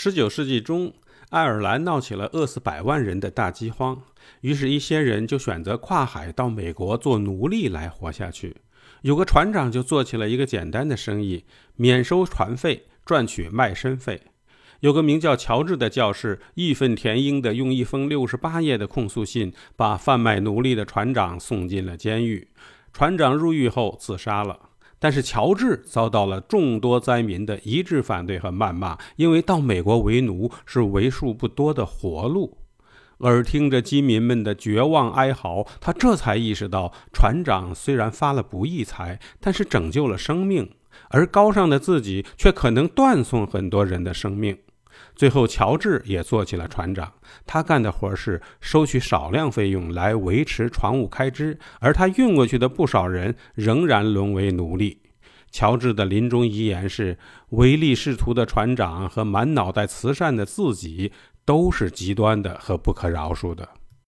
19世纪中，爱尔兰闹起了饿死100万人的大饥荒，于是一些人就选择跨海到美国做奴隶来活下去。有个船长就做起了一个简单的生意，免收船费，赚取卖身费。有个名叫乔治的教士义愤填膺地用一封68页的控诉信把贩卖奴隶的船长送进了监狱。船长入狱后自杀了，但是乔治遭到了众多灾民的一致反对和谩骂，因为到美国为奴是为数不多的活路。耳听着饥民们的绝望哀嚎，他这才意识到，船长虽然发了不义财，但是拯救了生命，而高尚的自己却可能断送很多人的生命。最后乔治也做起了船长，他干的活是收取少量费用来维持船务开支，而他运过去的不少人仍然沦为奴隶。乔治的临终遗言是，唯利是图的船长和满脑袋慈善的自己都是极端的和不可饶恕的。